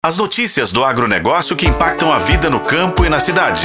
As notícias do agronegócio que impactam a vida no campo e na cidade.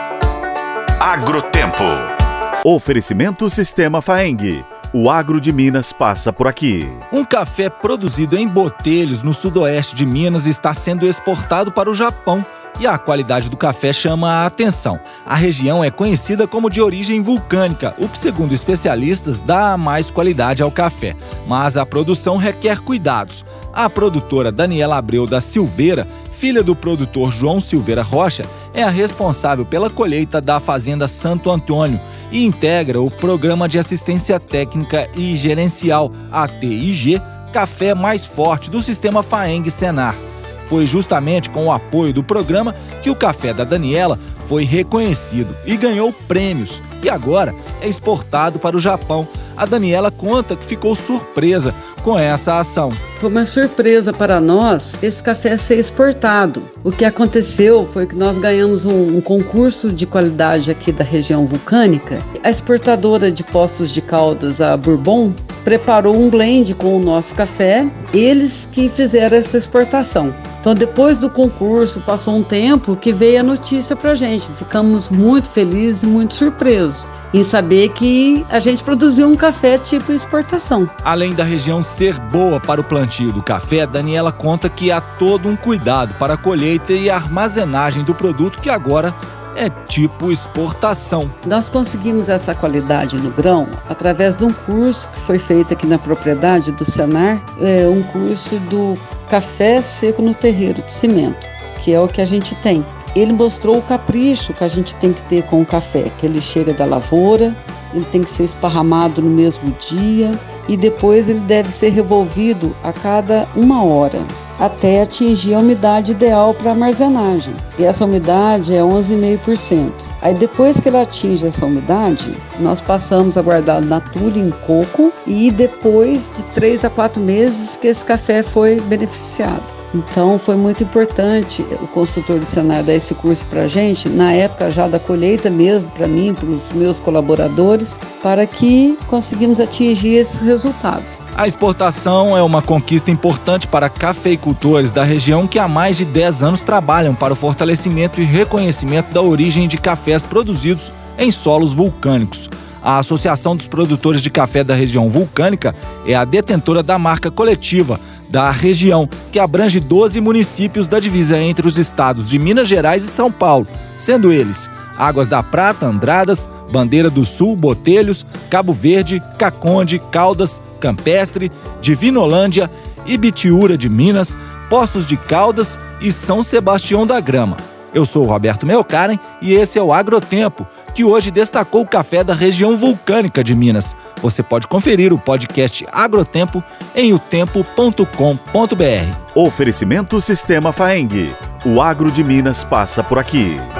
Agrotempo. Oferecimento Sistema Faeng. O agro de Minas passa por aqui. Um café produzido em Botelhos, no sudoeste de Minas, está sendo exportado para o Japão. E a qualidade do café chama a atenção. A região é conhecida como de origem vulcânica, o que, segundo especialistas, dá mais qualidade ao café. Mas a produção requer cuidados. A produtora Daniela Abreu da Silveira, filha do produtor João Silveira Rocha, é a responsável pela colheita da Fazenda Santo Antônio e integra o Programa de Assistência Técnica e Gerencial, ATIG, Café Mais Forte do Sistema Faeng Senar. Foi justamente com o apoio do programa que o café da Daniela foi reconhecido e ganhou prêmios. E agora é exportado para o Japão. A Daniela conta que ficou surpresa com essa ação. Foi uma surpresa para nós esse café ser exportado. O que aconteceu foi que nós ganhamos um concurso de qualidade aqui da região vulcânica. A exportadora de Poços de Caldas, a Bourbon, preparou um blend com o nosso café. Eles que fizeram essa exportação. Então, depois do concurso, passou um tempo que veio a notícia para a gente. Ficamos muito felizes e muito surpresos em saber que a gente produziu um café tipo exportação. Além da região ser boa para o plantio do café, Daniela conta que há todo um cuidado para a colheita e armazenagem do produto, que agora é tipo exportação. Nós conseguimos essa qualidade no grão através de um curso que foi feito aqui na propriedade do Senar, um curso do café seco no terreiro de cimento, que é o que a gente tem. Ele mostrou o capricho que a gente tem que ter com o café, que ele chega da lavoura, ele tem que ser esparramado no mesmo dia e depois ele deve ser revolvido a cada 1 hora, até atingir a umidade ideal para armazenagem. E essa umidade é 11,5%. Aí depois que ele atinge essa umidade, nós passamos a guardar na tule em coco e depois de 3 a 4 meses que esse café foi beneficiado. Então foi muito importante o consultor do Senar dar esse curso para a gente, na época já da colheita mesmo, para mim, para os meus colaboradores, para que conseguimos atingir esses resultados. A exportação é uma conquista importante para cafeicultores da região que há mais de 10 anos trabalham para o fortalecimento e reconhecimento da origem de cafés produzidos em solos vulcânicos. A Associação dos Produtores de Café da Região Vulcânica é a detentora da marca coletiva da região, que abrange 12 municípios da divisa entre os estados de Minas Gerais e São Paulo, sendo eles Águas da Prata, Andradas, Bandeira do Sul, Botelhos, Cabo Verde, Caconde, Caldas, Campestre, Divinolândia, Ibitiúra de Minas, Poços de Caldas e São Sebastião da Grama. Eu sou o Roberto Melkaren e esse é o Agrotempo, que hoje destacou o café da região vulcânica de Minas. Você pode conferir o podcast Agrotempo em otempo.com.br. Oferecimento Sistema Faeng. O agro de Minas passa por aqui.